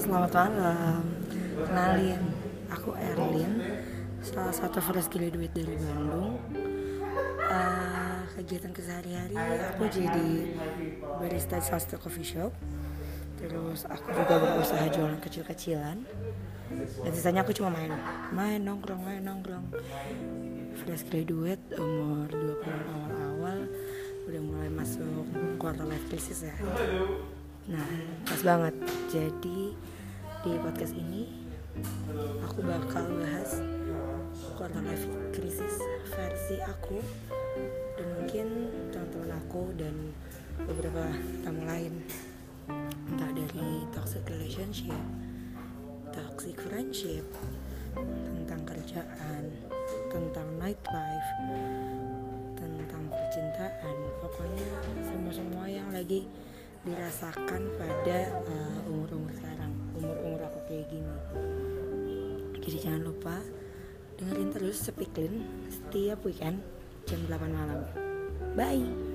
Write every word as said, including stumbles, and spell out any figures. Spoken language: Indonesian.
Selamat malam. Kenalin, aku Erlin, salah satu fresh graduate dari Bandung. Uh, kegiatan kesehari-hari aku jadi barista di salah satu coffee shop. Terus aku juga berusaha jualan kecil-kecilan. Dan sisanya aku cuma main, main nongkrong, main nongkrong. Fresh graduate umur dua puluh awal-awal, udah mulai masuk quarter life crisis ya. Nah, pas banget. Jadi di podcast ini aku bakal bahas quarter life crisis versi aku dan mungkin teman-teman aku dan beberapa tamu lain, entah dari toxic relationship, toxic friendship, tentang kerjaan, tentang nightlife, tentang percintaan, pokoknya semua-semua yang lagi dirasakan pada uh, umur-umur sekarang, umur-umur aku kayak gini. Jadi jangan lupa dengerin terus Speaklin setiap weekend jam delapan malam. Bye.